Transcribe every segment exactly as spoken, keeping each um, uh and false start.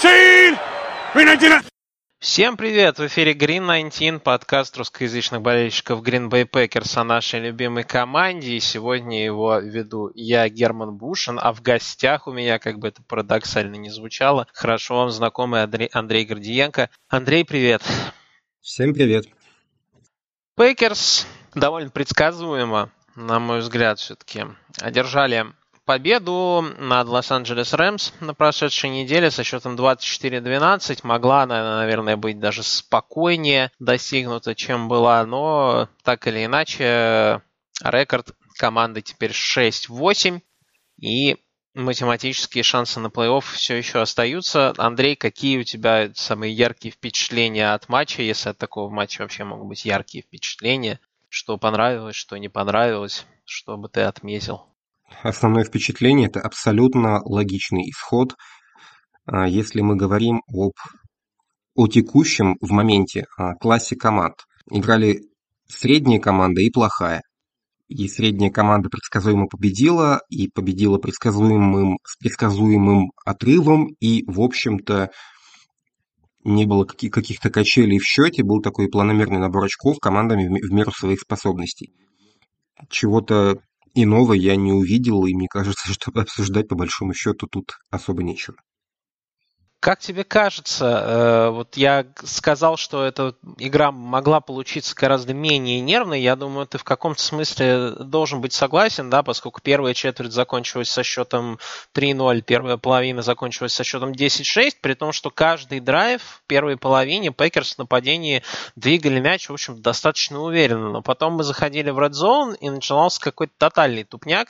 Всем привет! В эфире Green девятнадцать, подкаст русскоязычных болельщиков Green Bay Packers о нашей любимой команде. И сегодня его веду я, Герман Бушин, а в гостях у меня, как бы это парадоксально не звучало, хорошо вам знакомый Андрей, Андрей Гордиенко. Андрей, привет! Всем привет! Packers довольно предсказуемо, на мой взгляд, все-таки одержали победу над Лос-Анджелес Рэмс на прошедшей неделе со счетом двадцать четыре двенадцать. Могла она, наверное, быть даже спокойнее достигнута, чем была, но так или иначе рекорд команды теперь шесть восемь, и математические шансы на плей-офф все еще остаются. Андрей, какие у тебя самые яркие впечатления от матча, если от такого матча вообще могут быть яркие впечатления? Что понравилось, что не понравилось, что бы ты отметил? Основное впечатление – это абсолютно логичный исход. Если мы говорим об, о текущем в моменте классе команд. Играли средняя команда и плохая. И средняя команда предсказуемо победила, и победила предсказуемым, с предсказуемым отрывом, и, в общем-то, не было каких-то качелей в счете, был такой планомерный набор очков командами в меру своих способностей. Чего-то иного я не увидел, и мне кажется, что обсуждать по большому счету тут особо нечего. Как тебе кажется, э, вот я сказал, что эта игра могла получиться гораздо менее нервной, я думаю, ты в каком-то смысле должен быть согласен, да, поскольку первая четверть закончилась со счетом три ноль, первая половина закончилась со счетом десять шесть, при том, что каждый драйв в первой половине Пекерс в нападении двигали мяч, в общем, достаточно уверенно, но потом мы заходили в Red Zone, и начинался какой-то тотальный тупняк.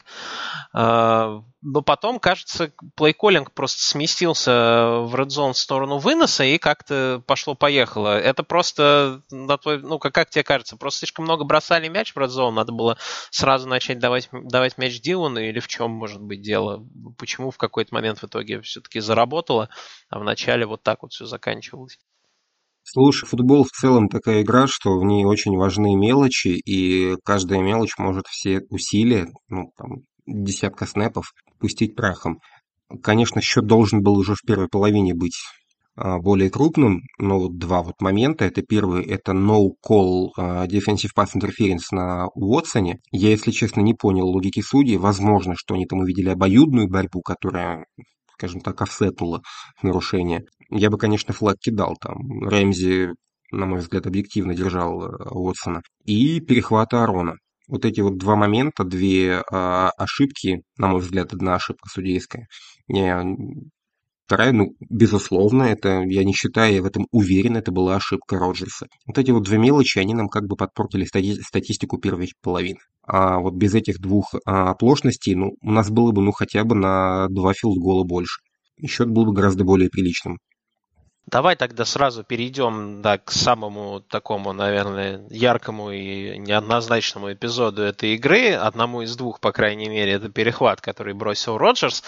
Но потом, кажется, плей-коллинг просто сместился в Red Zone в сторону выноса, и как-то пошло-поехало. Это просто, на твой, ну, как, как тебе кажется, просто слишком много бросали мяч в Red Zone, надо было сразу начать давать, давать мяч Дилану, или в чем может быть дело? Почему в какой-то момент в итоге все-таки заработало, а в начале вот так вот все заканчивалось? Слушай, футбол в целом такая игра, что в ней очень важны мелочи, и каждая мелочь может все усилия, ну, там, десятка снэпов, пустить прахом. Конечно, счет должен был уже в первой половине быть а, более крупным, но вот два вот момента. Это первый, это no-call а, defensive pass interference на Уотсоне. Я, если честно, не понял логики судей. Возможно, что они там увидели обоюдную борьбу, которая, скажем так, офсетнула нарушение. Я бы, конечно, флаг кидал там. Рэмзи, на мой взгляд, объективно держал Уотсона. И перехвата Арона. Вот эти вот два момента, две а, ошибки, на мой взгляд, одна ошибка судейская. Я, вторая, ну, безусловно, это, я не считаю, я в этом уверен, это была ошибка Роджерса. Вот эти вот две мелочи, они нам как бы подпортили стати- статистику первой половины. А вот без этих двух а, оплошностей, ну, у нас было бы, ну, хотя бы на два филдгола больше. И счет был бы гораздо более приличным. Давай тогда сразу перейдем, да, к самому такому, наверное, яркому и неоднозначному эпизоду этой игры. Одному из двух, по крайней мере, это перехват, который бросил Роджерс.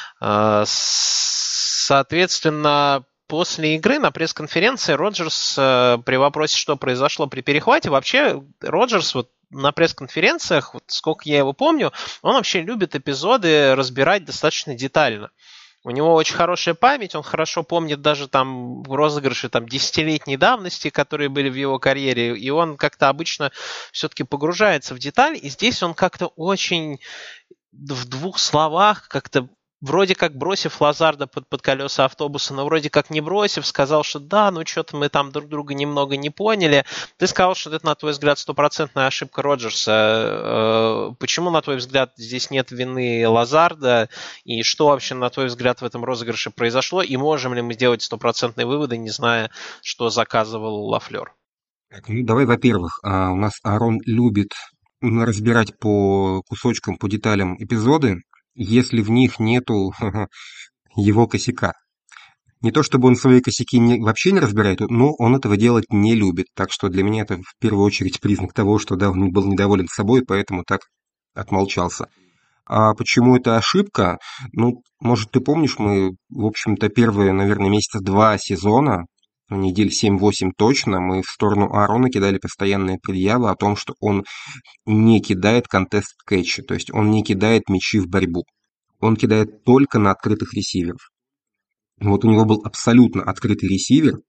Соответственно, после игры на пресс-конференции Роджерс при вопросе, что произошло при перехвате, вообще Роджерс вот на пресс-конференциях, вот сколько я его помню, он вообще любит эпизоды разбирать достаточно детально. У него очень хорошая память, он хорошо помнит даже там розыгрыши там, десятилетней давности, которые были в его карьере, и он как-то обычно все-таки погружается в деталь, и здесь он как-то очень в двух словах, как-то вроде как бросив Лазарда под, под колеса автобуса, но вроде как не бросив, сказал, что да, ну что-то мы там друг друга немного не поняли. Ты сказал, что это, на твой взгляд, стопроцентная ошибка Роджерса. Почему, на твой взгляд, здесь нет вины Лазарда? И что вообще, на твой взгляд, в этом розыгрыше произошло? И можем ли мы делать стопроцентные выводы, не зная, что заказывал Лафлер? Так, ну давай, во-первых, а, у нас Аарон любит разбирать по кусочкам, по деталям эпизоды, если в них нету его косяка. Не то чтобы он свои косяки не, вообще не разбирает, но он этого делать не любит. Так что для меня это в первую очередь признак того, что да, он был недоволен собой, поэтому так отмолчался. А почему это ошибка? Ну, может, ты помнишь, мы, в общем-то, первые, наверное, месяца два сезона, недель семь-восемь точно, мы в сторону Аарона кидали постоянные предъявы о том, что он не кидает контест-кэтчи, то есть он не кидает мячи в борьбу. Он кидает только на открытых ресиверов. Вот у него был абсолютно открытый ресивер,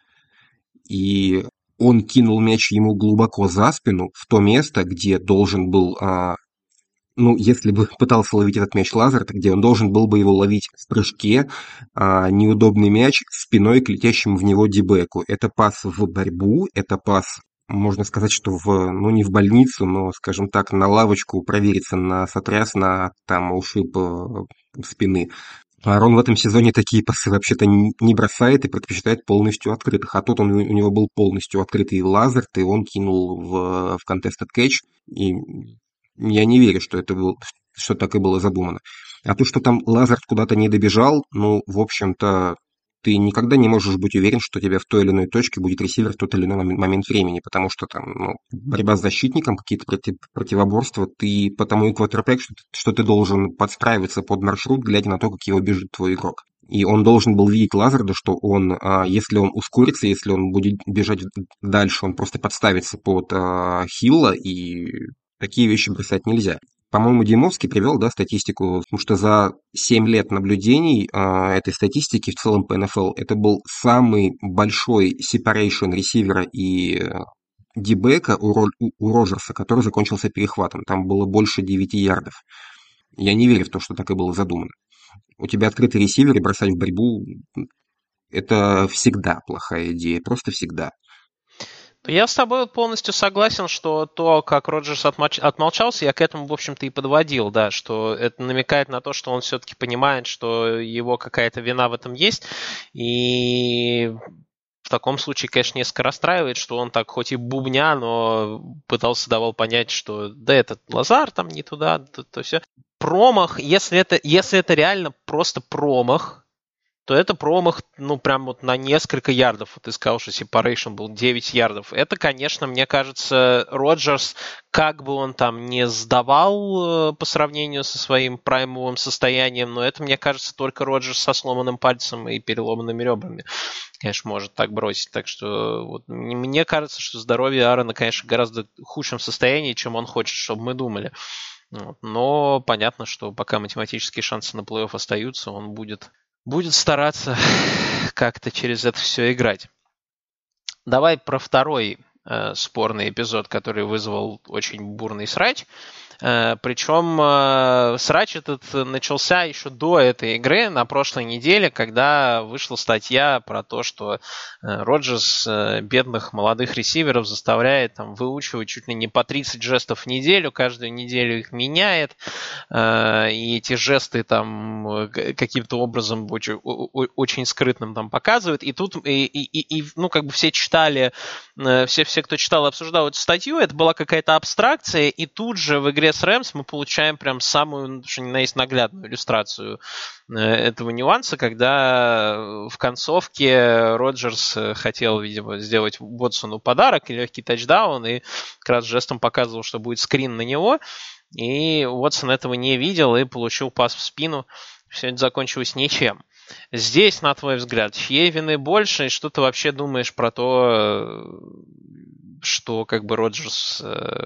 и он кинул мяч ему глубоко за спину, в то место, где должен был, а, ну, если бы пытался ловить этот мяч Лазард, где он должен был бы его ловить в прыжке, а, неудобный мяч спиной к летящему в него дибеку. Это пас в борьбу, это пас, можно сказать, что в, ну, не в больницу, но, скажем так, на лавочку провериться на сотряс, на там ушиб э, спины. Аарон в этом сезоне такие пасы вообще-то не бросает и предпочитает полностью открытых. А тут он, у него был полностью открытый Лазард, и он кинул в, в contested catch. И я не верю, что это был, что так и было задумано. А то, что там Лазард куда-то не добежал, ну, в общем-то, ты никогда не можешь быть уверен, что у тебя в той или иной точке будет ресивер в тот или иной момент, момент времени, потому что там, ну, борьба с защитником, какие-то против, противоборства, ты потому и квотербек, что, что ты должен подстраиваться под маршрут, глядя на то, как его бежит твой игрок. И он должен был видеть Лазарда, что он, а, если он ускорится, если он будет бежать дальше, он просто подставится под а, Хилла, и такие вещи бросать нельзя. По-моему, Димовский привел, да, статистику, потому что за семь лет наблюдений э, этой статистики в целом по эн эф эл это был самый большой separation ресивера и э, дибека у, Ро, у, у Роджерса, который закончился перехватом. Там было больше девяти ярдов. Я не верю в то, что так и было задумано. У тебя открытый ресивер и бросать в борьбу – это всегда плохая идея, просто всегда. Я с тобой вот полностью согласен, что то, как Роджерс отмоч... отмолчался, я к этому, в общем-то, и подводил, да, что это намекает на то, что он все-таки понимает, что его какая-то вина в этом есть, и в таком случае, конечно, несколько расстраивает, что он так хоть и бубня, но пытался, давал понять, что да, этот Лазар там не туда, то, то все. Промах, если это, если это реально просто промах, то это промах, ну, прям вот на несколько ярдов. Вот ты сказал, что separation был девять ярдов. Это, конечно, мне кажется, Роджерс, как бы он там не сдавал по сравнению со своим праймовым состоянием, но это, мне кажется, только Роджерс со сломанным пальцем и переломанными ребрами, конечно, может так бросить. Так что вот, мне кажется, что здоровье Аарона, конечно, гораздо в худшем состоянии, чем он хочет, чтобы мы думали. Вот. Но понятно, что пока математические шансы на плей-офф остаются, он будет... будет стараться как-то через это все играть. Давай про второй э, спорный эпизод, который вызвал очень бурный срач. Э, причем э, срач этот начался еще до этой игры, на прошлой неделе, когда вышла статья про то, что э, Роджерс э, бедных молодых ресиверов заставляет там, выучивать чуть ли не по тридцать жестов в неделю, каждую неделю их меняет, э, и эти жесты там каким-то образом очень, очень скрытным там показывает. И тут, и, и, и, ну, как бы все читали, э, все, все, кто читал и обсуждал эту статью, это была какая-то абстракция, и тут же в игре с Рэмс мы получаем прям самую, что ни на есть, наглядную иллюстрацию этого нюанса, когда в концовке Роджерс хотел, видимо, сделать Уотсону подарок и легкий тачдаун, и как раз жестом показывал, что будет скрин на него, и Уотсон этого не видел и получил пас в спину. Все это закончилось ничем. Здесь, на твой взгляд, чьей вины больше, и что ты вообще думаешь про то, что как бы Роджерс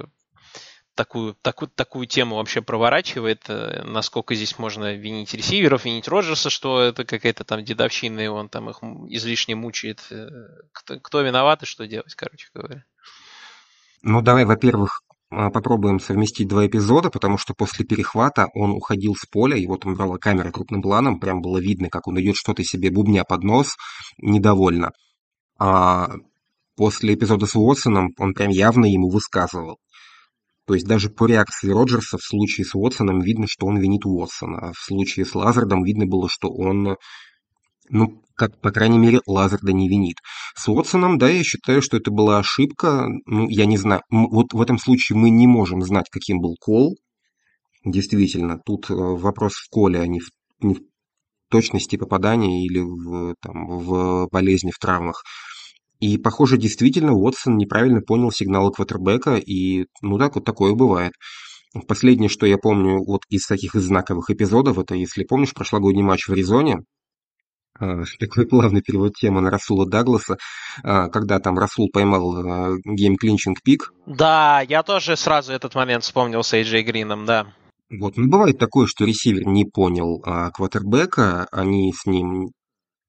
такую, такую, такую тему вообще проворачивает, насколько здесь можно винить ресиверов, винить Роджерса, что это какая-то там дедовщина, и он там их излишне мучает. Кто, кто виноват и что делать, короче говоря? Ну, давай, во-первых, попробуем совместить два эпизода, потому что после перехвата он уходил с поля, его там брала камера крупным планом, прям было видно, как он идет что-то себе бубня под нос, недовольно. А после эпизода с Уотсоном он прям явно ему высказывал. То есть даже по реакции Роджерса в случае с Уотсоном видно, что он винит Уотсона. А в случае с Лазардом видно было, что он, ну, как, по крайней мере, Лазарда не винит. С Уотсоном, да, я считаю, что это была ошибка. Ну, я не знаю. Вот в этом случае мы не можем знать, каким был кол. Действительно, тут вопрос в коле, а не в, не в точности попадания или в, там, в болезни, в травмах. И, похоже, действительно, Уотсон неправильно понял сигналы квотербека, и, ну, так вот такое бывает. Последнее, что я помню вот из таких из знаковых эпизодов, это, если помнишь, прошлогодний матч в Аризоне, такой плавный перевод темы на Расула Дагласа, когда там Расул поймал гейм-клинчинг пик. Да, я тоже сразу этот момент вспомнил с Эй Джей Грином, да. Вот, ну, бывает такое, что ресивер не понял а, квотербека, они с ним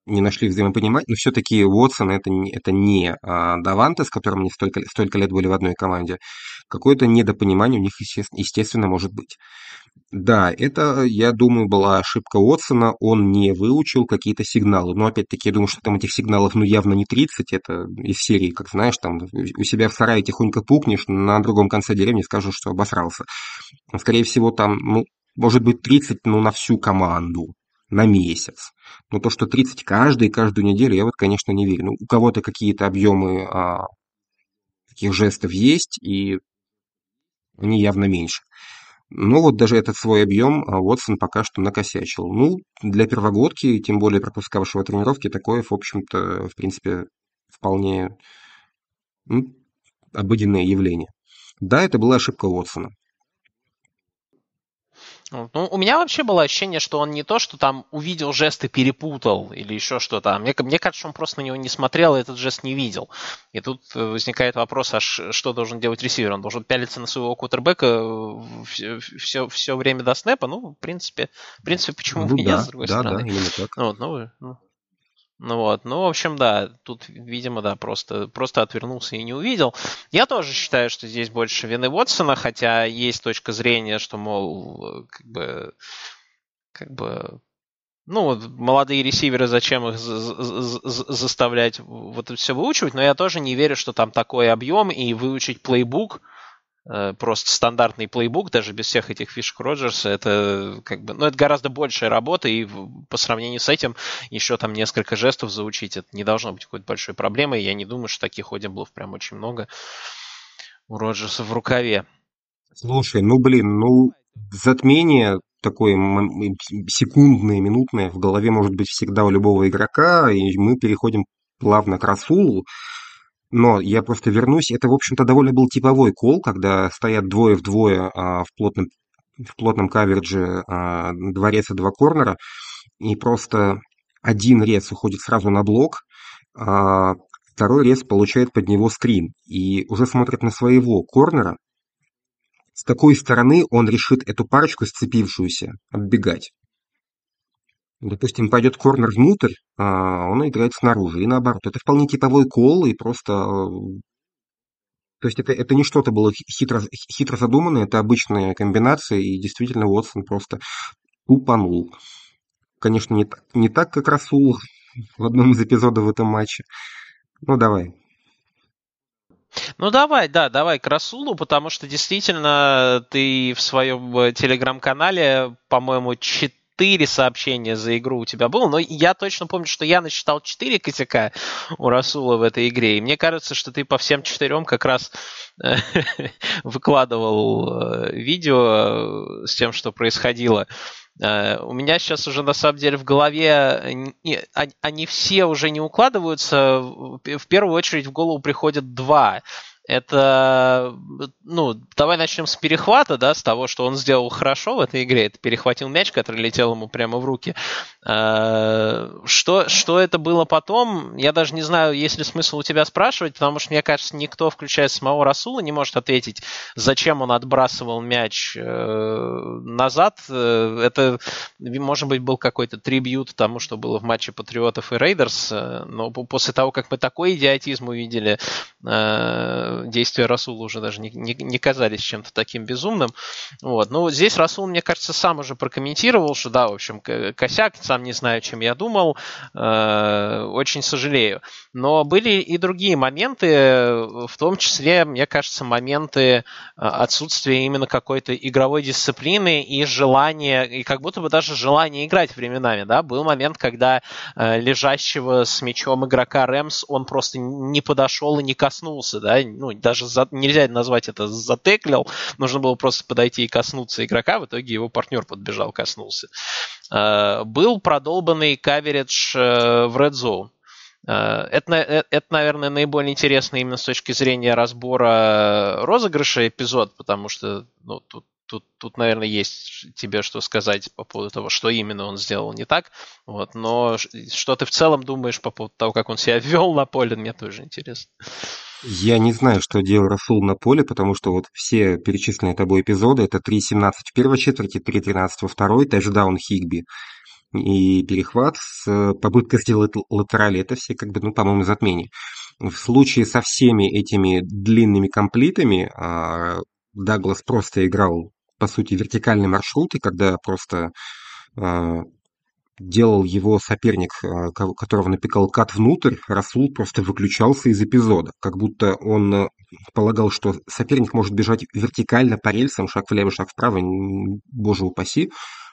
не нашли взаимопонимания, но все-таки Уотсон это не, это не а, Даванте, с которым они столько, столько лет были в одной команде. Какое-то недопонимание у них, естественно, естественно, может быть. Да, это, я думаю, была ошибка Уотсона, он не выучил какие-то сигналы. Но опять-таки, я думаю, что там этих сигналов, ну, явно не тридцать, это из серии, как знаешь, там у себя в сарае тихонько пукнешь, на другом конце деревни скажешь, что обосрался. Скорее всего, там, ну, может быть, тридцать, ну, на всю команду, на месяц. Но то, что тридцать каждый, каждую неделю, я вот, конечно, не верю. Ну, у кого-то какие-то объемы а, таких жестов есть, и они явно меньше. Но вот даже этот свой объем а, Уотсон пока что накосячил. Ну, для первогодки, тем более пропускавшего тренировки, такое, в общем-то, в принципе, вполне ну, обыденное явление. Да, это была ошибка Уотсона. Ну, у меня вообще было ощущение, что он не то, что там увидел жест и перепутал или еще что-то. Мне, мне кажется, он просто на него не смотрел и этот жест не видел. И тут возникает вопрос, а что должен делать ресивер? Он должен пялиться на своего кутербэка все, все, все время до снэпа? Ну, в принципе, в принципе, почему Ну бы нет, да, с другой да, стороны. да, именно так. Вот, ну, ну, ну вот, ну, в общем, да, тут, видимо, да, просто, просто отвернулся и не увидел. Я тоже считаю, что здесь больше вины Уотсона, хотя есть точка зрения, что, мол, как бы, как бы, ну, молодые ресиверы, зачем их заставлять вот это все выучивать, но я тоже не верю, что там такой объем, и выучить плейбук, просто стандартный плейбук, даже без всех этих фишек Роджерса, это как бы, ну, это гораздо большая работа, и по сравнению с этим еще там несколько жестов заучить, это не должно быть какой-то большой проблемой, я не думаю, что таких ходиблов прям очень много у Роджерса в рукаве. Слушай, ну, блин, ну, затмение такое секундное, минутное в голове может быть всегда у любого игрока, и мы переходим плавно к Расулу. Но я просто вернусь. Это, в общем-то, довольно был типовой кол, когда стоят двое в двое а, в плотном, в плотном каверидже а, два реца, два корнера, и просто один рец уходит сразу на блок, а второй рец получает под него скрин и уже смотрит на своего корнера. С какой стороны он решит эту парочку, сцепившуюся, оббегать. Допустим, пойдет корнер внутрь, а он играет снаружи, и наоборот. Это вполне типовой кол, и просто то есть это, это не что-то было хитро, хитро задуманное, это обычная комбинация, и действительно Уотсон просто тупанул. Конечно, не так, не так, как Расул в одном из эпизодов в этом матче. Ну, давай. Ну, давай, да, давай к Расулу, потому что действительно ты в своем телеграм-канале, по-моему, четыре Четыре сообщения за игру у тебя было, но я точно помню, что я насчитал четыре косяка у Расула в этой игре, и мне кажется, что ты по всем четырем как раз выкладывал видео с тем, что происходило. У меня сейчас уже на самом деле в голове они все уже не укладываются, в первую очередь в голову приходят два. Это, ну, давай начнем с перехвата, да, с того, что он сделал хорошо в этой игре. Это перехватил мяч, который летел ему прямо в руки. Что, что это было потом, я даже не знаю, есть ли смысл у тебя спрашивать, потому что, мне кажется, никто, включая самого Расула, не может ответить, зачем он отбрасывал мяч назад. Это, может быть, был какой-то трибьют тому, что было в матче Патриотов и Рейдерс, но после того, как мы такой идиотизм увидели, действия Расула уже даже не, не, не казались чем-то таким безумным. Вот. Ну, здесь Расул, мне кажется, сам уже прокомментировал, что да, в общем, косяк, сам не знаю, чем я думал, э, очень сожалею. Но были и другие моменты, в том числе, мне кажется, моменты отсутствия именно какой-то игровой дисциплины и желания, и как будто бы даже желания играть временами, да. Был момент, когда э, лежащего с мячом игрока Рэмс он просто не подошел и не коснулся, да, ну, даже за, нельзя назвать это затеклил, нужно было просто подойти и коснуться игрока, в итоге его партнер подбежал, коснулся. Uh, был продолбанный каверидж uh, в Red Zone. Uh, это, это, наверное, наиболее интересный именно с точки зрения разбора розыгрыша эпизод, потому что, ну, тут Тут, тут, наверное, есть тебе что сказать по поводу того, что именно он сделал не так. Вот. Но что ты в целом думаешь по поводу того, как он себя вел на поле, мне тоже интересно. Я не знаю, что делал Расул на поле, потому что вот все перечисленные тобой эпизоды, это три семнадцать в первой четверти, три тринадцать во второй, тачдаун Хигби. и перехват с попыткой сделать латерали. Это все, как бы, ну, по-моему, затмение. В случае со всеми этими длинными комплитами а, Даглас просто играл, по сути, вертикальный маршрут, и когда просто а, делал его соперник, а, ко- которого напекал кат внутрь, Расул просто выключался из эпизода, как будто он а, полагал, что соперник может бежать вертикально по рельсам, шаг влево, шаг вправо, н- боже упаси,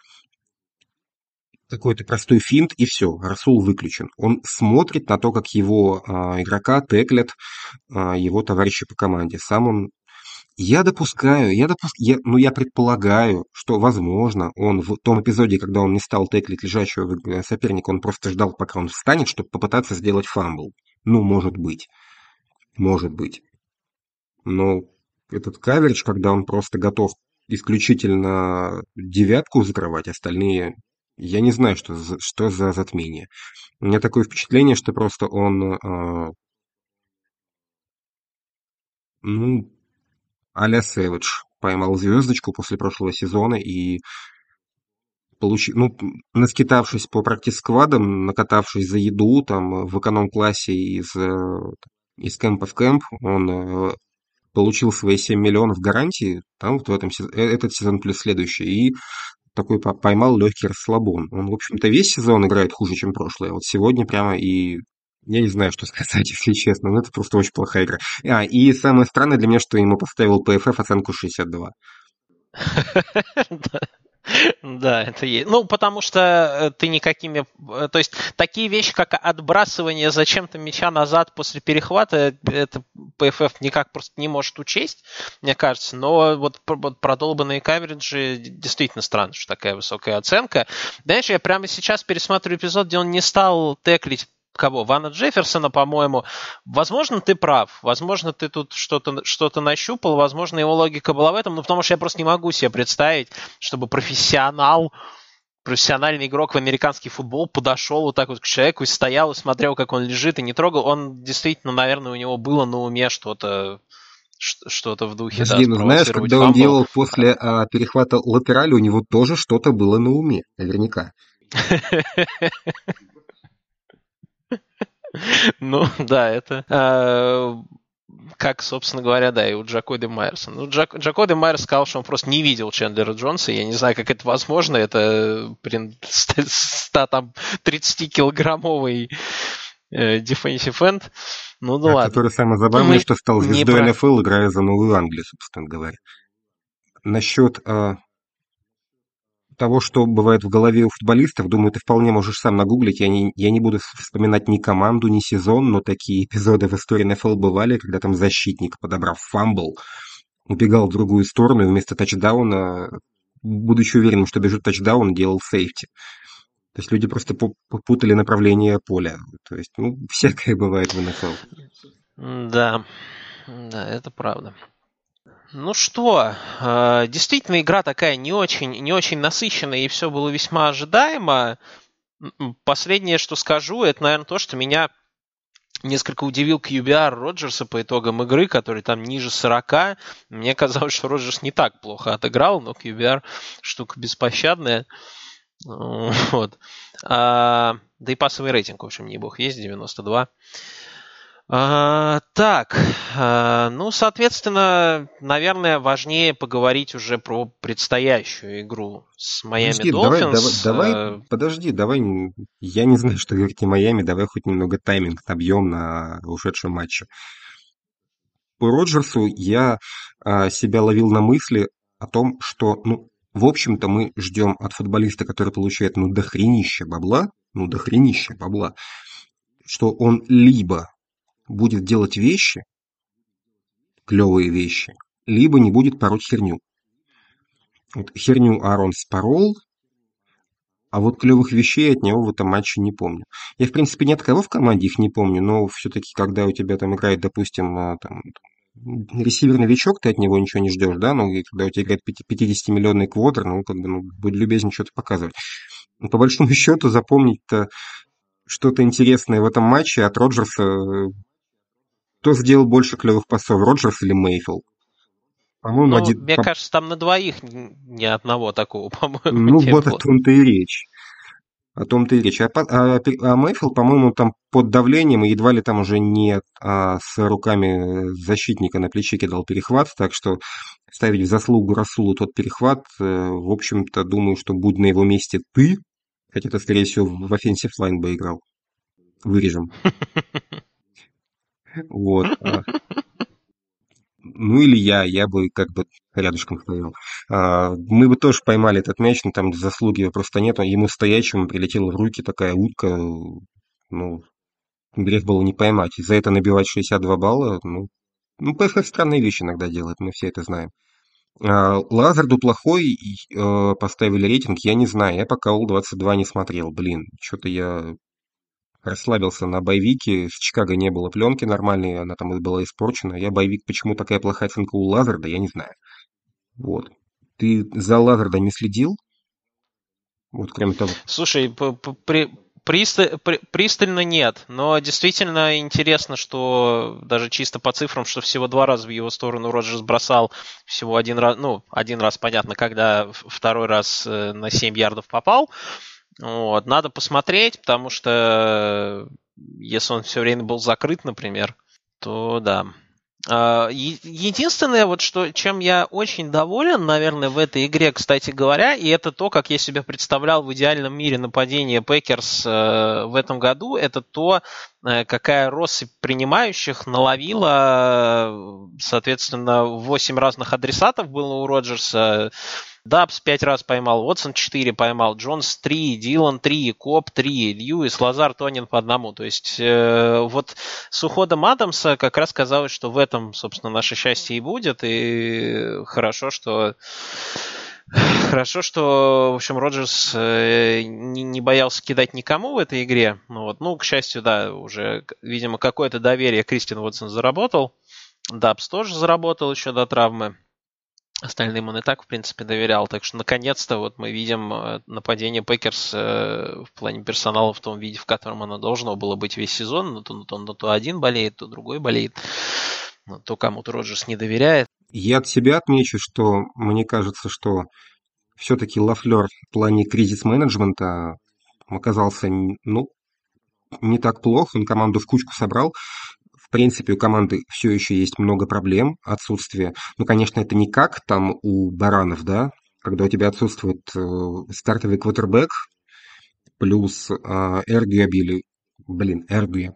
какой-то простой финт, и все, Расул выключен. Он смотрит на то, как его а, игрока теклят а, его товарищи по команде. Сам он... Я допускаю, я допуск... я, ну, я предполагаю, что, возможно, он в том эпизоде, когда он не стал теклить лежачего э, соперника, он просто ждал, пока он встанет, чтобы попытаться сделать фамбл. Ну, может быть. Может быть. Но этот каверидж, когда он просто готов исключительно девятку закрывать, остальные... Я не знаю, что за, что за затмение. У меня такое впечатление, что просто он, э, ну, а-ля Сэвидж поймал звездочку после прошлого сезона и получил, ну, наскитавшись по практик-сквадам, накатавшись за еду там в эконом-классе из, э, из кемпа в кемп, он э, получил свои семь миллионов гарантии, там вот в этом сез- э, этот сезон плюс следующий, и такой по- поймал легкий расслабон. Он, в общем-то, весь сезон играет хуже, чем прошлый. А вот сегодня прямо и... Я не знаю, что сказать, если честно, но это просто очень плохая игра. А, и самое странное для меня, что ему поставил пэ эф эф оценку шестьдесят два. Да, это есть. Ну, потому что ты никакими... То есть, такие вещи, как отбрасывание зачем-то мяча назад после перехвата, это пэ эф эф никак просто не может учесть, мне кажется. Но вот продолбанные кавериджи действительно странно, что такая высокая оценка. Знаешь, я прямо сейчас пересматриваю эпизод, где он не стал теклить кого? Вана Джефферсона, по-моему. Возможно, ты прав. Возможно, ты тут что-то, что-то нащупал. Возможно, его логика была в этом. Ну, потому что я просто не могу себе представить, чтобы профессионал, профессиональный игрок в американский футбол подошел вот так вот к человеку и стоял и смотрел, как он лежит, и не трогал. Он действительно, наверное, у него было на уме что-то, что-то в духе, да, Подожди, ну знаешь, спровоцировать когда он фамбл. делал после а, перехвата латерали, у него тоже что-то было на уме, наверняка. Ну, да, это... э, как, собственно говоря, да, и у Джакоби Майерса. Ну, Джак, Джакоби Майерс сказал, что он просто не видел Чендлера Джонса. Я не знаю, как это возможно. Это, блин, сто тридцатикилограммовый э, defensive end. Ну да А ладно. который самое забавное, Мы что стал не звездой про... эн эф эл, играя за Новую Англию, собственно говоря. Насчет а, того, что бывает в голове у футболистов, думаю, ты вполне можешь сам нагуглить. Я не, я не буду вспоминать ни команду, ни сезон, но такие эпизоды в истории эн эф эл бывали, когда там защитник, подобрав фамбл, убегал в другую сторону и вместо тачдауна, будучи уверенным, что бежит тачдаун, делал сейфти. То есть люди просто путали направление поля. То есть, ну, всякое бывает в эн эф эл. Да, да, это правда. Ну что, э, действительно игра такая не очень, не очень насыщенная, и все было весьма ожидаемо. Последнее, что скажу, это, наверное, то, что меня несколько удивил кью би ар Роджерса по итогам игры, который там ниже сорока. Мне казалось, что Роджерс не так плохо отыграл, но кью би ар штука беспощадная. Вот. А, да и пассовый рейтинг, в общем, не бог есть, девяносто два. А, так, а, ну, соответственно, наверное, важнее поговорить уже про предстоящую игру с Майами Подожди, давай, давай, Долфинс. давай, подожди, давай, я не знаю, что говорить о Майами, давай хоть немного тайминг набьем на ушедшем матче. По Роджерсу я а, себя ловил на мысли о том, что, ну, в общем-то, мы ждем от футболиста, который получает, ну, дохренище бабла, ну, дохренище бабла, что он либо будет делать вещи, клевые вещи, либо не будет пороть херню. Вот херню Аарон спорол, а вот клевых вещей от него в этом матче не помню. Я, в принципе, ни от кого в команде их не помню, но все-таки, когда у тебя там играет, допустим, а, там, ресивер-новичок, ты от него ничего не ждешь, да, ну, и когда у тебя играет пятидесятимиллионный квотер, ну, как бы, ну, будь любезен что-то показывать. Но по большому счету запомнить-то что-то интересное в этом матче от Роджерса. Кто сделал больше клевых пасов, Роджерс или Мейфилд? По-моему, Ну, один... мне По... кажется, там на двоих ни одного такого, по-моему, Ну, не вот о было. том-то и речь. О том-то и речь. А, а, а Мэйфилд, по-моему, там под давлением и едва ли там уже не а, с руками защитника на плече кидал перехват, так что ставить в заслугу Расулу тот перехват, э, в общем-то, думаю, что будь на его месте ты, хотя ты, скорее всего, в offensive line бы играл. Вырежем. Вот. А, ну или я, я бы как бы рядышком стоял. А, мы бы тоже поймали этот мяч, но там заслуги просто нет. Ему стоячему прилетела в руки такая утка. Ну, грех было не поймать. И за это набивать шестьдесят два балла, ну, ну, пэ эф эф странные вещи иногда делает, мы все это знаем. А, Лазарду плохой и, э, поставили рейтинг, я не знаю, я пока Ол двадцать два не смотрел, блин, что-то я расслабился на боевике, с Чикаго не было пленки нормальной, она там была испорчена, я боевик, почему такая плохая оценка у Лазарда, я не знаю. Вот. Ты за Лазарда не следил? Вот, кроме того. Слушай, при, присталь, при, пристально нет, но действительно интересно, что даже чисто по цифрам, что всего два раза в его сторону Роджерс бросал, всего один раз, ну, один раз, понятно, когда второй раз на семь ярдов попал. Вот, надо посмотреть, потому что если он все время был закрыт, например, то да. Единственное, вот что, чем я очень доволен, наверное, в этой игре, кстати говоря, и это то, как я себе представлял в идеальном мире нападение Пекерс в этом году, это то, какая россыпь принимающих наловила, соответственно, восемь разных адресатов было у Роджерса. Дабс пять раз поймал, Уотсон четыре поймал, Джонс три, Дилан три, Коп три, Льюис, Лазар, Тонин по одному. То есть э, вот с уходом Адамса как раз казалось, что в этом, собственно, наше счастье и будет. И хорошо, что хорошо, что, в общем, Роджерс э, не, не боялся кидать никому в этой игре. Ну, вот. Ну, к счастью, да, уже, видимо, какое-то доверие Кристиан Уотсон заработал. Дабс тоже заработал еще до травмы. Остальным он и так, в принципе, доверял. Так что, наконец-то, вот мы видим нападение Пекерс в плане персонала в том виде, в котором оно должно было быть весь сезон. Но то, но то, но то один болеет, то другой болеет. Но то кому-то Роджерс не доверяет. Я от себя отмечу, что мне кажется, что все-таки Лафлер в плане кризис-менеджмента оказался, ну, не так плохо. Он команду в кучку собрал. В принципе, у команды все еще есть много проблем, отсутствие. Ну, конечно, это не как там у баранов, да, когда у тебя отсутствует э, стартовый квотербек, плюс э, Эрдуя били. Блин, Эрдуя.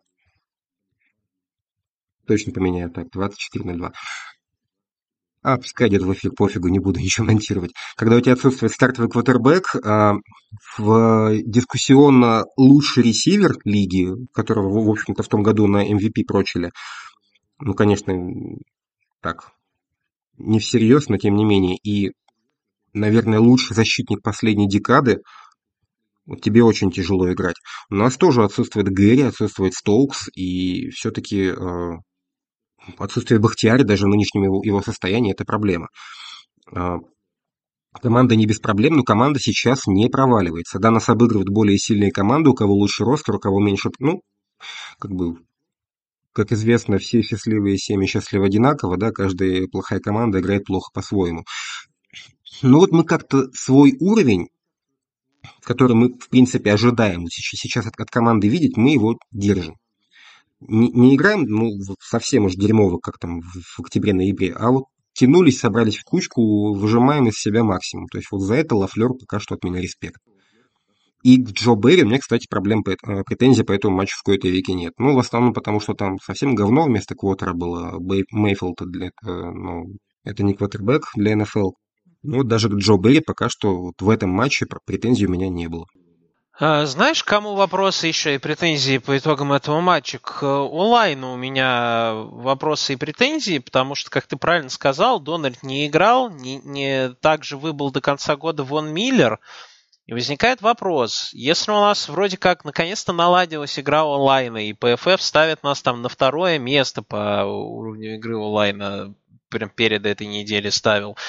Точно поменяю так, двадцать четыре ноль два. А, пускай идет в эфир, пофигу, не буду ничего монтировать. Когда у тебя отсутствует стартовый квотербек, а, в дискуссионно лучший ресивер лиги, которого, в общем-то, в том году на эм ви пи прочили, ну, конечно, так, не всерьез, но тем не менее, и, наверное, лучший защитник последней декады, вот тебе очень тяжело играть. У нас тоже отсутствует Гэри, отсутствует Стоукс, и все-таки э, отсутствие Бахтиари, даже в нынешнем его, его состоянии, это проблема. Э, команда не без проблем, но команда сейчас не проваливается. Да, нас обыгрывают более сильные команды, у кого лучше ростер, у кого меньше... Ну, как бы, как известно, все счастливые семьи счастливы одинаково, да, каждая плохая команда играет плохо по-своему. Ну вот мы как-то свой уровень, который мы, в принципе, ожидаем сейчас от, от команды видеть, мы его держим. Не, не играем, ну, совсем уж дерьмово, как там в, в октябре-ноябре, а вот тянулись, собрались в кучку, выжимаем из себя максимум. То есть вот за это Лафлер пока что от меня респект. И к Джо Берри у меня, кстати, проблем, претензий по этому матчу в какой-то веке нет. Ну, в основном потому, что там совсем говно вместо квотера было. Мейфилд, ну, это не квотербек для эн эф эл. Ну, вот даже к Джо Берри пока что вот в этом матче претензий у меня не было. Знаешь, кому вопросы еще и претензии по итогам этого матча? К онлайну у меня вопросы и претензии, потому что, как ты правильно сказал, Дональд не играл, не, не так же выбыл до конца года Вон Миллер. И возникает вопрос, если у нас вроде как наконец-то наладилась игра онлайна, и пэ эф эф ставит нас там на второе место по уровню игры онлайна, прям перед этой неделей ставил,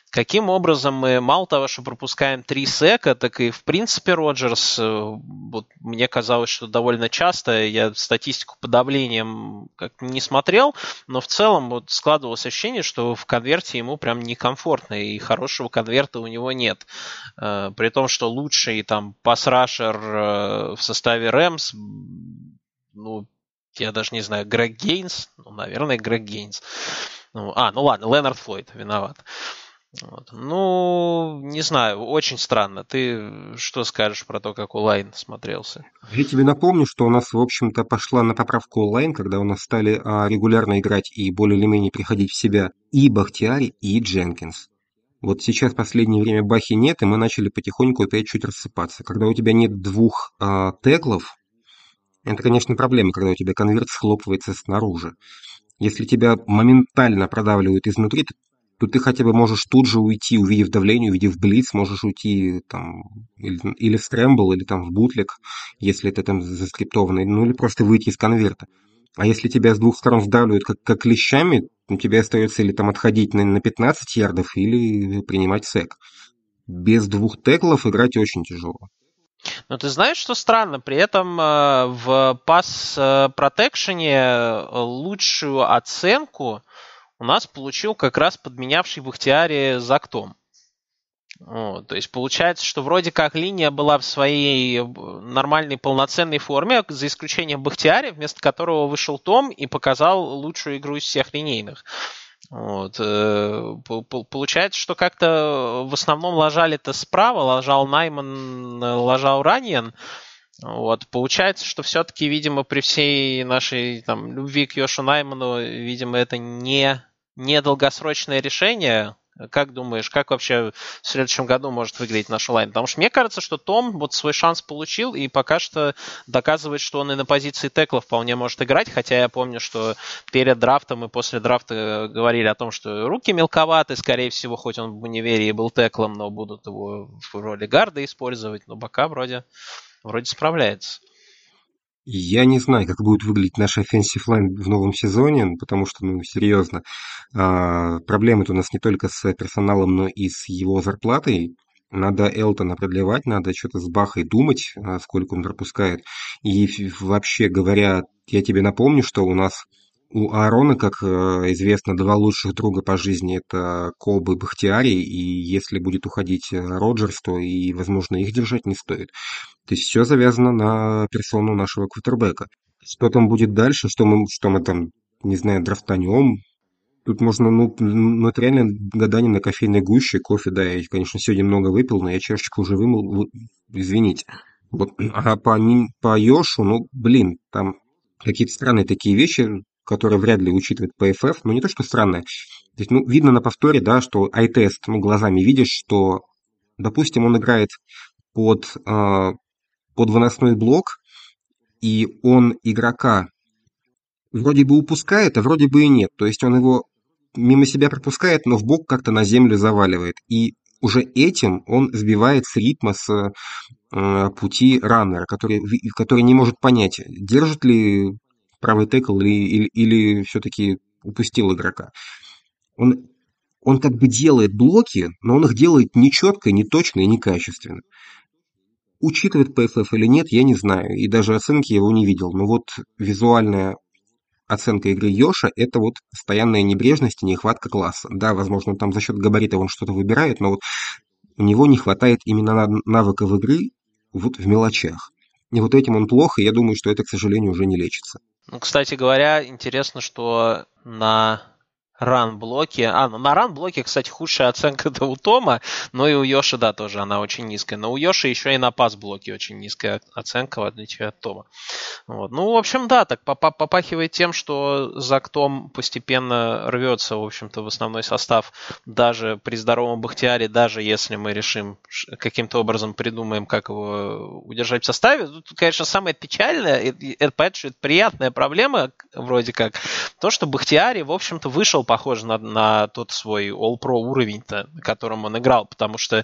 каким образом мы мало того, что пропускаем три сека, так и в принципе Роджерс, вот, мне казалось, что довольно часто, я статистику по давлениям как не смотрел, но в целом вот складывалось ощущение, что в конверте ему прям некомфортно, и хорошего конверта у него нет. При том, что лучший там пас-рашер в составе Рэмс, ну, я даже не знаю, Грег Гейнс, ну, наверное, Грег Гейнс. Ну, а, ну ладно, Ленард Флойд, виноват. Вот. Ну, не знаю, очень странно. Ты что скажешь про то, как онлайн смотрелся? Я тебе напомню, что у нас, в общем-то, пошла на поправку онлайн, когда у нас стали а, регулярно играть и более или менее приходить в себя и Бахтиари, и Дженкинс. Вот сейчас в последнее время Бахи нет, и мы начали потихоньку опять чуть рассыпаться. Когда у тебя нет двух а, теклов, это, конечно, проблема, когда у тебя конверт схлопывается снаружи. Если тебя моментально продавливают изнутри, то ты хотя бы можешь тут же уйти, увидев давление, увидев блиц, можешь уйти там или, или в скрэмбл, или там в бутлег, если это там заскриптованный, ну или просто выйти из конверта. А если тебя с двух сторон сдавливают как, как клещами, у тебя остается или там отходить на, на пятнадцать ярдов, или принимать сек. Без двух теклов играть очень тяжело. Но ты знаешь, что странно? При этом э, в пас-протекшене лучшую оценку у нас получил как раз подменявший Бахтиари Зактом. Вот, то есть получается, что вроде как линия была в своей нормальной полноценной форме, за исключением Бахтиари, вместо которого вышел Том и показал лучшую игру из всех линейных. Вот. Получается, что как-то в основном ложали-то справа, ложал Найман, ложал Раньян. Вот. Получается, что все-таки, видимо, при всей нашей там, любви к Йошу Найману, видимо, это не, не долгосрочное решение. Как думаешь, как вообще в следующем году может выглядеть наш онлайн? Потому что мне кажется, что Том вот свой шанс получил и пока что доказывает, что он и на позиции текла вполне может играть, хотя я помню, что перед драфтом и после драфта говорили о том, что руки мелковаты, скорее всего, хоть он в универе и был теклом, но будут его в роли гарда использовать, но пока вроде, вроде справляется. Я не знаю, как будет выглядеть наш offensive line в новом сезоне, потому что, ну, серьезно, а, проблемы-то у нас не только с персоналом, но и с его зарплатой. Надо Элтона продлевать, надо что-то с Бахой думать, а, сколько он пропускает. И вообще говоря, я тебе напомню, что у нас у Аарона, как известно, два лучших друга по жизни – это Колб и Бахтиари, и если будет уходить Роджерс, то и, возможно, их держать не стоит. То есть все завязано на персону нашего квотербека. Что там будет дальше, что мы, что мы там, не знаю, драфтанем. Тут можно, ну, ну это реально гадание на кофейной гуще, кофе, да, я, конечно, сегодня много выпил, но я чашечку уже вымыл, вы, извините. Вот, а по, по Йошу, ну, блин, там какие-то странные такие вещи, которые вряд ли учитывает пи эф эф, но не то, что странные. То есть, ну, видно на повторе, да, что ай-тест, ну, глазами видишь, что, допустим, он играет под... Э, под выносной блок, и он игрока вроде бы упускает, а вроде бы и нет. То есть он его мимо себя пропускает, но в бок как-то на землю заваливает. И уже этим он сбивает с ритма, с э, пути раннера, который, который не может понять, держит ли правый текл или, или, или все-таки упустил игрока. Он, он как бы делает блоки, но он их делает нечетко, неточно и некачественно. Учитывает пи эф эф или нет, я не знаю. И даже оценки я его не видел. Но вот визуальная оценка игры Йоша – это вот постоянная небрежность и нехватка класса. Да, возможно, там за счет габарита он что-то выбирает, но вот у него не хватает именно навыков игры вот в мелочах. И вот этим он плохо, и я думаю, что это, к сожалению, уже не лечится. Ну, кстати говоря, интересно, что на ран-блоке... А, ну на ран-блоке, кстати, худшая оценка-то у Тома, но и у Йоши, да, тоже она очень низкая. Но у Йоши еще и на пас-блоке очень низкая оценка, в отличие от Тома. Вот. Ну, в общем, да, так попахивает тем, что Зактом постепенно рвется, в общем-то, в основной состав даже при здоровом Бахтиаре, даже если мы решим каким-то образом придумаем, как его удержать в составе. Тут, конечно, самое печальное, это, это, понятно, что это приятная проблема, вроде как, то, что Бахтиари, в общем-то, вышел, похоже, на, на тот свой All-Pro уровень-то, на котором он играл, потому что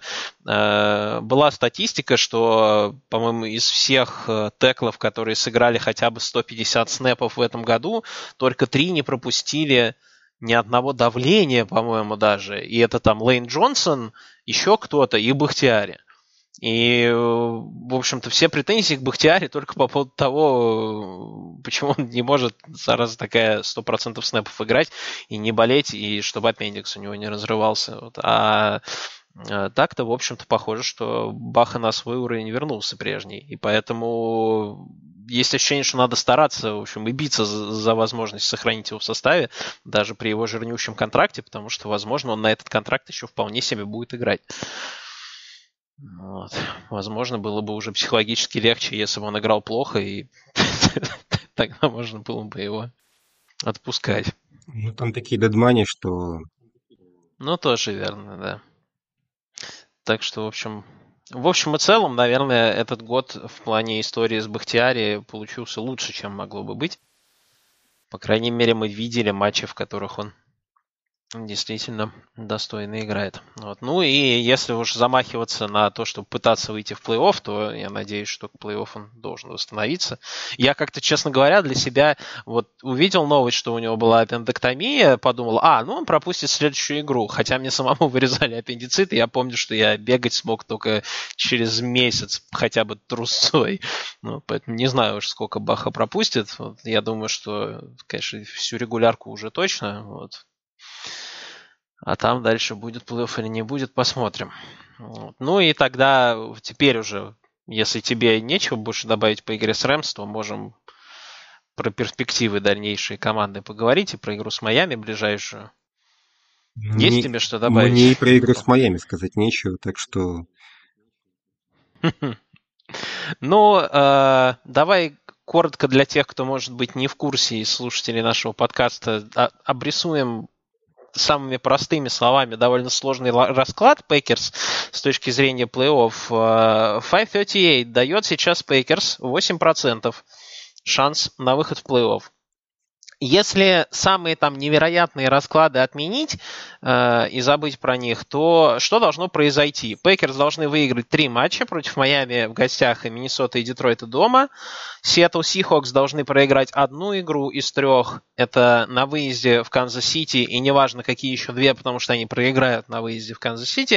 э, была статистика, что, по-моему, из всех э, теклов, которые сыграли хотя бы сто пятьдесят снэпов в этом году, только три не пропустили ни одного давления, по-моему, даже. И это там Лейн Джонсон, еще кто-то, и Бахтиари. И, в общем-то, все претензии к Бахтиари только по поводу того, почему он не может, зараза такая, сто процентов снэпов играть и не болеть, и чтобы аппендикс у него не разрывался. Вот. А так-то, в общем-то, похоже, что Баха на свой уровень вернулся прежний. И поэтому есть ощущение, что надо стараться, в общем, и биться за, за возможность сохранить его в составе, даже при его жирнющем контракте, потому что, возможно, он на этот контракт еще вполне себе будет играть. Вот. Возможно, было бы уже психологически легче, если бы он играл плохо, и тогда можно было бы его отпускать. Ну, там такие дедмани, что... Ну, тоже верно, да. Так что, в общем... В общем и целом, наверное, этот год в плане истории с Бахтиари получился лучше, чем могло бы быть. По крайней мере, мы видели матчи, в которых он действительно достойно играет. Вот. Ну и если уж замахиваться на то, чтобы пытаться выйти в плей-офф, то я надеюсь, что к плей-офф он должен восстановиться. Я как-то, честно говоря, для себя вот увидел новость, что у него была аппендэктомия, подумал, а, ну он пропустит следующую игру. Хотя мне самому вырезали аппендицит, и я помню, что я бегать смог только через месяц, хотя бы трусцой. Ну, поэтому не знаю уж, сколько Баха пропустит. Вот. Я думаю, что, конечно, всю регулярку уже точно. Вот. А там дальше будет плей-офф или не будет, посмотрим. Вот. Ну и тогда теперь уже, если тебе нечего больше добавить по игре с Рэмс, то можем про перспективы дальнейшей команды поговорить и про игру с Майами ближайшую. Мне, Есть тебе что добавить? Мне и про игру с Майами сказать нечего, так что... Ну, давай коротко для тех, кто, может быть, не в курсе из слушателей нашего подкаста, обрисуем самыми простыми словами довольно сложный расклад Пейкерс с точки зрения плей-офф. пятьсот тридцать восемь дает сейчас Пейкерс восемь процентов шанс на выход в плей-офф. Если самые там невероятные расклады отменить э, и забыть про них, то что должно произойти? Пейкерс должны выиграть три матча против Майами в гостях и Миннесоты и Детройта дома. Сиэтл Сихокс должны проиграть одну игру из трех. Это на выезде в Канзас-Сити, и неважно, какие еще две, потому что они проиграют на выезде в Канзас-Сити.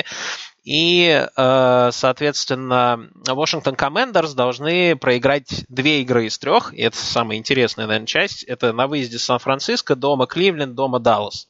И, соответственно, Washington Commanders должны проиграть две игры из трех. И это самая интересная, наверное, часть. Это на выезде Сан-Франциско, дома Кливленд, дома Даллас.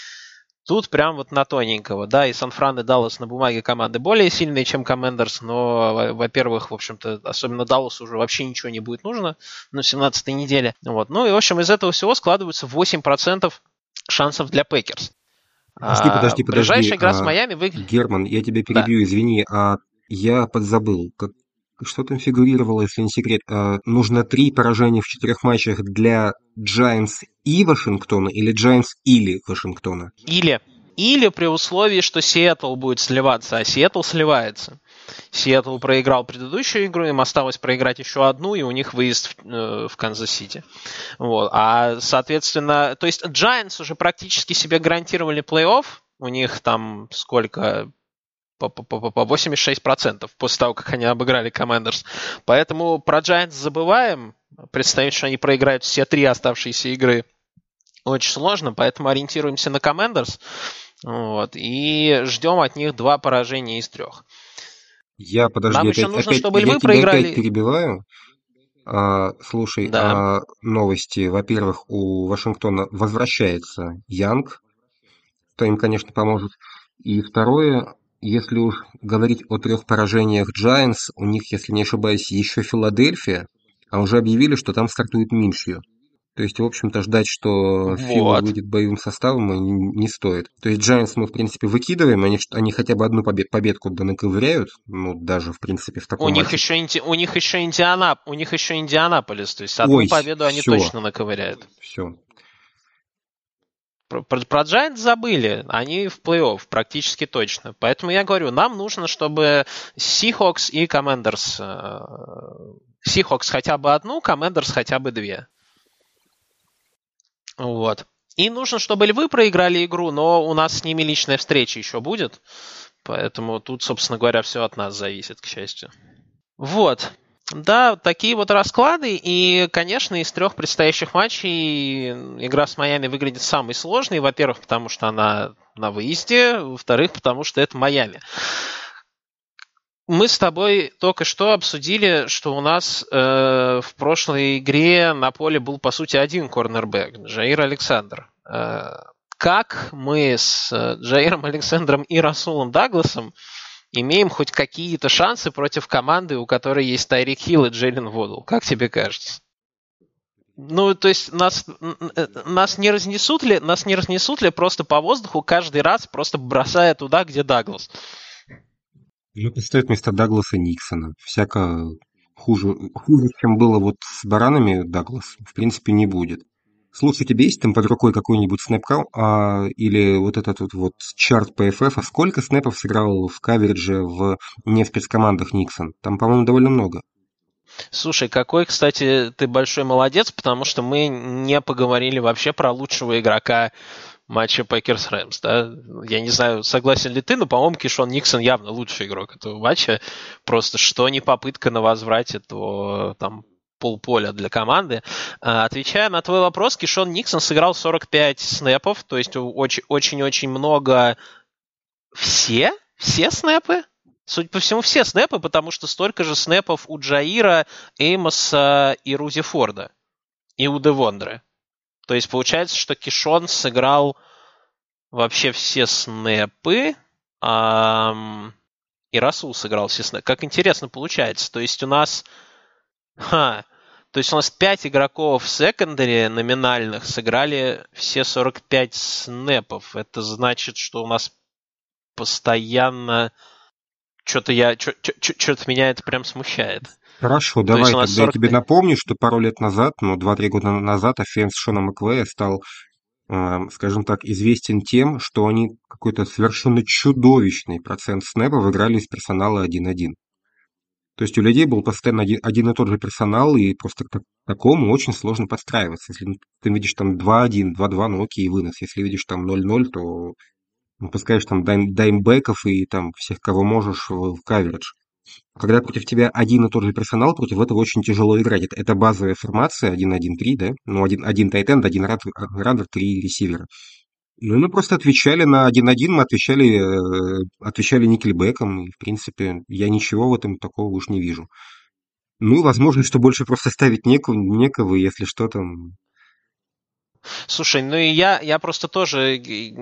Тут прям вот на тоненького. Да, и Сан-Фран, и Даллас на бумаге команды более сильные, чем Commanders. Но, во-первых, в общем-то, особенно Далласу уже вообще ничего не будет нужно на семнадцатой неделе. Вот. Ну и, в общем, из этого всего складывается восемь процентов шансов для Пейкерс. Подожди, подожди, подожди. Ближайшая игра а, с Майами выглядит... Герман, я тебя перебью, да. Извини, а я подзабыл. Как, что там фигурировало, если не секрет? А, нужно три поражения в четырех матчах для Giants и Вашингтона или Giants или Вашингтона? Или. Или при условии, что Сиэтл будет сливаться, а Сиэтл сливается. Сиэтл проиграл предыдущую игру, им осталось проиграть еще одну, и у них выезд в, э, в Канзас-Сити. Вот. А, соответственно, то есть Giants уже практически себе гарантировали плей-офф, у них там сколько... По, по, по восемьдесят шесть процентов после того, как они обыграли Commanders. Поэтому про Giants забываем. Представить, что они проиграют все три оставшиеся игры, очень сложно, поэтому ориентируемся на Commanders. Вот, и ждем от них два поражения из трех. Я, подожди, Нам опять, еще нужно, опять, чтобы я львы тебя проиграли. опять перебиваю. А, слушай, да. а новости. Во-первых, у Вашингтона возвращается Янг, что им, конечно, поможет. И второе, если уж говорить о трех поражениях Giants, у них, если не ошибаюсь, еще Филадельфия, а уже объявили, что там стартует Миншью. То есть, в общем-то, ждать, что вот. Фила выйдет боевым составом, не стоит. То есть, Giants мы, в принципе, выкидываем, они, они хотя бы одну побед, победку да наковыряют, ну, даже, в принципе, в таком у матче. Них еще инди, у, них еще Индианап, у них еще Индианаполис, то есть одну Ой, победу все. они точно наковыряют. Все. Про, про, про Giants забыли, они в плей-офф практически точно. Поэтому я говорю, нам нужно, чтобы Seahawks и Commanders... Seahawks хотя бы одну, Commanders хотя бы две. Вот. И нужно, чтобы львы проиграли игру, но у нас с ними личная встреча еще будет. Поэтому тут, собственно говоря, все от нас зависит, к счастью. Вот. Да, такие вот расклады, и, конечно, из трех предстоящих матчей игра с Майами выглядит самой сложной. Во-первых, потому что она на выезде, во-вторых, потому что это Майами. Мы с тобой только что обсудили, что у нас э, в прошлой игре на поле был, по сути, один корнербэк, Джаир Александр. Э, как мы с Джаиром Александром и Расулом Дагласом имеем хоть какие-то шансы против команды, у которой есть Тайрик Хилл и Джейлен Водл? Как тебе кажется? Ну, то есть нас, нас не разнесут ли, нас не разнесут ли просто по воздуху каждый раз, просто бросая туда, где Даглас? Ну, поставить вместо Дагласа Никсона. Всяко хуже, хуже, чем было вот с баранами Даглас, в принципе, не будет. Слушай, у тебя есть там под рукой какой-нибудь снэп-каунт, а, или вот этот вот, вот чарт по эф эф, а сколько снэпов сыграл в каверидже в не спецкомандах Никсон? Там, по-моему, довольно много. Слушай, какой, кстати, ты большой молодец, потому что мы не поговорили вообще про лучшего игрока матча Пекерс Рэмс, да? Я не знаю, согласен ли ты, но, по-моему, Кишон Никсон явно лучший игрок этого матча. Просто что не попытка на возврате, то там полполя для команды. Отвечая на твой вопрос, Кишон Никсон сыграл сорок пять снэпов, то есть очень-очень много... Все? Все снэпы? Судя по всему, все снэпы, потому что столько же снэпов у Джаира, Эймоса и Рузи Форда. И у Девондре. То есть получается, что Кишон сыграл вообще все снэпы, а, и Расул сыграл все снэпы. Как интересно получается. То есть у нас... Ха, то есть у нас пять игроков в секондаре номинальных сыграли все сорок пять снэпов. Это значит, что у нас постоянно... Что-то я... Что-то меня это прям смущает. Хорошо, То давай тогда сорок... я тебе напомню, что пару лет назад, ну, два-три года назад, оффенс Шона Маквея стал, э, скажем так, известен тем, что они какой-то совершенно чудовищный процент снэпов играли из персонала один-один. То есть у людей был постоянно один, один и тот же персонал, и просто к такому очень сложно подстраиваться. Если ты видишь там два-один, два-два, ну окей, вынос. Если видишь там ноль-ноль, то выпускаешь там дайм, даймбеков и там всех, кого можешь в, в каверидж. Когда против тебя один и тот же персонал, против этого очень тяжело играть. Это, это базовая формация один-один-три, да? Ну, один, один тайтенд, один раннер, три ресивера. Ну, мы просто отвечали на один-один, мы отвечали, э, отвечали никельбэком, и, в принципе, я ничего в этом такого уж не вижу. Ну, возможно, что больше просто ставить некого, некого если что там. Слушай, ну и я, я просто тоже,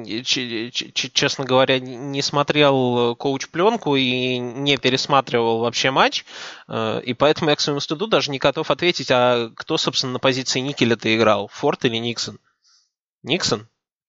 честно говоря, не смотрел коуч-пленку и не пересматривал вообще матч, и поэтому я к своему стыду даже не готов ответить, а кто, собственно, на позиции никеля-то играл, Форд или Никсон? Никсон?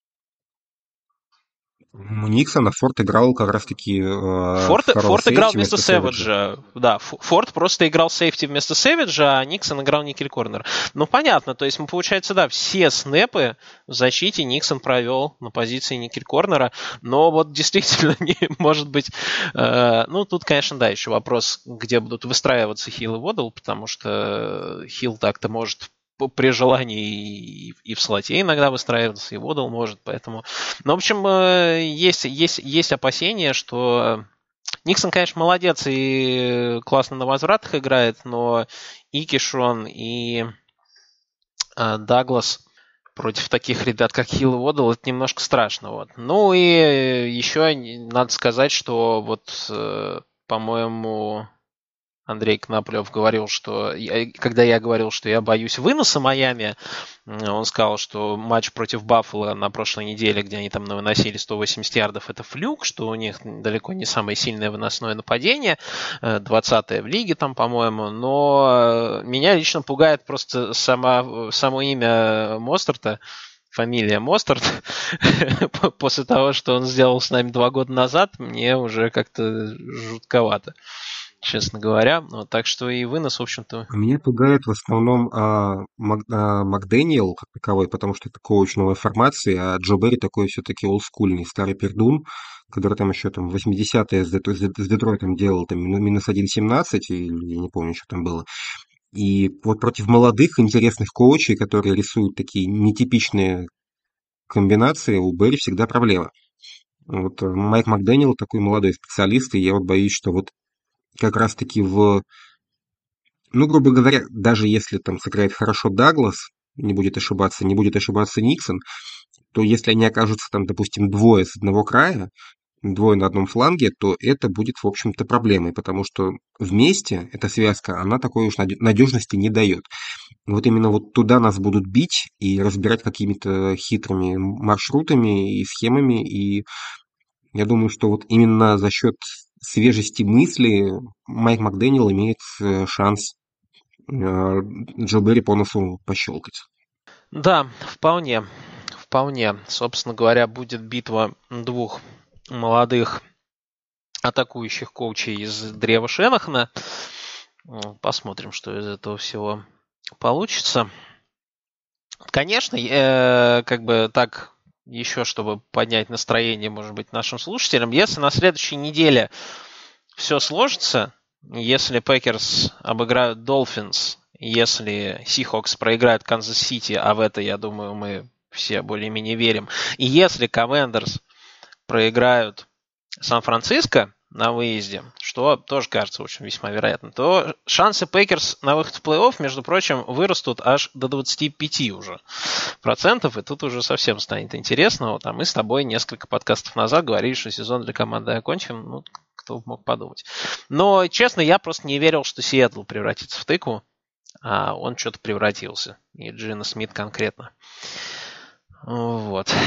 Ну, Никсон, а Форд играл как раз-таки э, Форд, второго Форд играл сейфти вместо вместо Сэвиджа. Сэвиджа. Да, Форд просто играл сейфти вместо Сэвиджа, а Никсон играл никель-корнер. Ну, понятно, то есть, мы, получается, да, все снэпы в защите Никсон провел на позиции никель-корнера, но вот действительно, не, может быть... Э, ну, тут, конечно, да, еще вопрос, где будут выстраиваться Хилл и Водл, потому что Хилл так-то может при желании и, и в слоте иногда выстраиваться, и Водл может, поэтому... Ну, в общем, есть, есть, есть опасения, что Никсон, конечно, молодец и классно на возвратах играет, но и Кишон, и э, Даглас против таких ребят, как Хилл и Водл, это немножко страшно. Вот. Ну и еще надо сказать, что вот, э, по-моему... Андрей Коноплев говорил, что я, когда я говорил, что я боюсь выноса Майами, он сказал, что матч против Баффало на прошлой неделе, где они там выносили сто восемьдесят ярдов, это флюк, что у них далеко не самое сильное выносное нападение, двадцатое в лиге там, по-моему, но меня лично пугает просто сама, само имя Мостерта, фамилия Мостарт, после того, что он сделал с нами два года назад, мне уже как-то жутковато, честно говоря. Вот, так что и вынос, в общем-то... Меня пугает в основном а, Мак, а, Макдэниел как таковой, потому что это коуч новой формации, а Джо Берри такой все-таки олдскульный старый пердун, который там еще там в восьмидесятые с, Детро- с Детройтом делал там мину- минус один семнадцать, или я не помню, что там было. И вот против молодых интересных коучей, которые рисуют такие нетипичные комбинации, у Берри всегда проблема. Вот э, Майк Макдэниел такой молодой специалист, и я вот боюсь, что вот как раз-таки в ну, грубо говоря, даже если там сыграет хорошо Даглас, не будет ошибаться, не будет ошибаться Никсон, то если они окажутся там, допустим, двое с одного края, двое на одном фланге, то это будет, в общем-то, проблемой, потому что вместе эта связка, она такой уж надежности не дает. Вот именно вот туда нас будут бить и разбирать какими-то хитрыми маршрутами и схемами, и я думаю, что вот именно за счет свежести мысли Майк Макдэниел имеет э, шанс э, Джо Берри по носу пощелкать. Да, вполне. Вполне. Собственно говоря, будет битва двух молодых атакующих коучей из древа Шенахана. Посмотрим, что из этого всего получится. Конечно, э, как бы так, еще чтобы поднять настроение, может быть, нашим слушателям, если на следующей неделе все сложится, если Пекерс обыграют Долфинс, если Сихокс проиграют Канзас-Сити, а в это, я думаю, мы все более-менее верим, и если Коммандерс проиграют Сан-Франциско на выезде, что тоже кажется очень весьма вероятно, то шансы Пейкерс на выход в плей-офф, между прочим, вырастут аж до двадцать пять уже процентов, и тут уже совсем станет интересно. Вот, а мы с тобой несколько подкастов назад говорили, что сезон для команды окончен. Ну, кто мог подумать. Но, честно, я просто не верил, что Сиэтл превратится в тыкву, а он что-то превратился. И Джина Смит конкретно. Вот.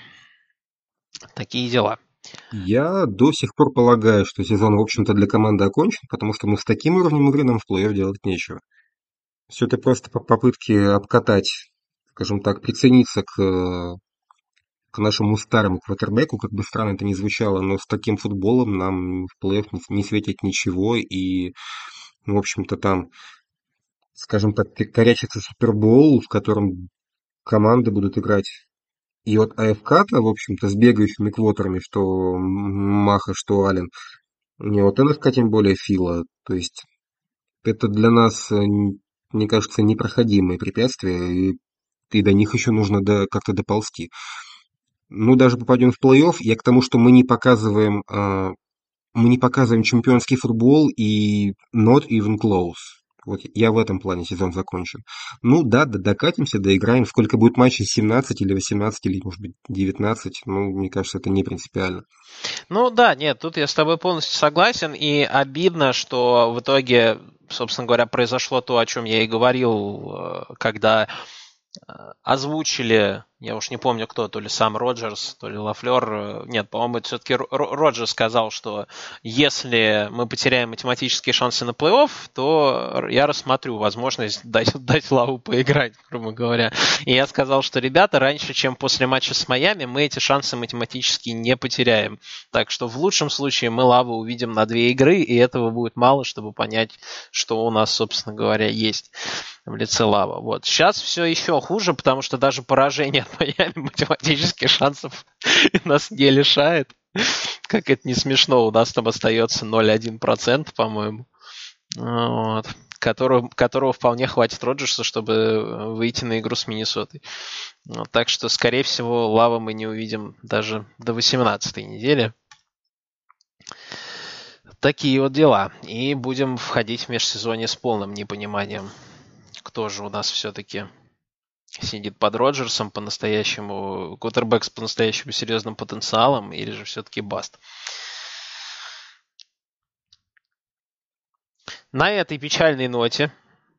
Такие дела. Я до сих пор полагаю, что сезон, в общем-то, для команды окончен, потому что мы с таким уровнем игры нам в плей-офф делать нечего. Все это просто по попытке обкатать, скажем так, прицениться к, к нашему старому квотербеку, как бы странно это ни звучало, но с таким футболом нам в плей-офф не, не светит ничего, и, в общем-то, там, скажем так, корячится Супербоул, в котором команды будут играть. И вот АФК-то, в общем-то, с бегающими квотерами, что Маха, что Аллен, не, вот эн эф ка тем более Фила. То есть это для нас, мне кажется, непроходимые препятствия, и, и до них еще нужно до, как-то доползти. Ну, даже попадем в плей-офф, я к тому, что мы не показываем, э, мы не показываем чемпионский футбол и not even close. Вот я в этом плане сезон закончен. Ну да, да, докатимся, доиграем. Сколько будет матчей, семнадцать или восемнадцать, или, может быть, девятнадцать. Ну, мне кажется, это не принципиально. Ну да, нет, тут я с тобой полностью согласен. И обидно, что в итоге, собственно говоря, произошло то, о чем я и говорил, когда озвучили, я уж не помню кто, то ли сам Роджерс, то ли Лафлер. Нет, по-моему, это все-таки Роджерс сказал, что если мы потеряем математические шансы на плей-офф, то я рассмотрю возможность дать, дать Лаву поиграть, грубо говоря. И я сказал, что, ребята, раньше, чем после матча с Майами, мы эти шансы математически не потеряем. Так что в лучшем случае мы Лаву увидим на две игры, и этого будет мало, чтобы понять, что у нас, собственно говоря, есть в лице Лава. Вот. Сейчас все еще хуже, потому что даже поражение от Майами математических шансов нас не лишает. Как это не смешно, у нас там остается ноль целых одна десятая процента, по-моему, вот. которого, которого вполне хватит Роджерсу, чтобы выйти на игру с Миннесотой. Вот. Так что, скорее всего, Лава мы не увидим даже до восемнадцатой недели. Такие вот дела. И будем входить в межсезонье с полным непониманием, кто же у нас все-таки сидит под Роджерсом по-настоящему, квотербэк с по-настоящему серьезным потенциалом, или же все-таки баст. На этой печальной ноте,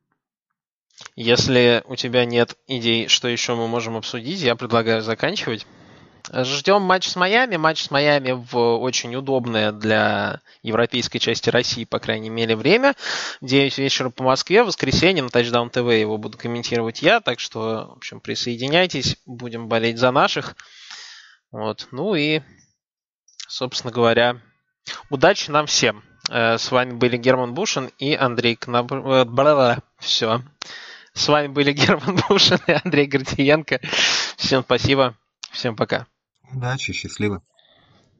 если у тебя нет идей, что еще мы можем обсудить, я предлагаю заканчивать. Ждем матч с Майами. Матч с Майами в очень удобное для европейской части России, по крайней мере, время. девять вечера по Москве, в воскресенье на Touchdown ти ви его буду комментировать я. Так что, в общем, присоединяйтесь. Будем болеть за наших. Вот. Ну и, собственно говоря, удачи нам всем. С вами были Герман Бушин и Андрей Кнабр... Все. С вами были Герман Бушин и Андрей Гордиенко. Всем спасибо. Всем пока. Удачи, счастливо.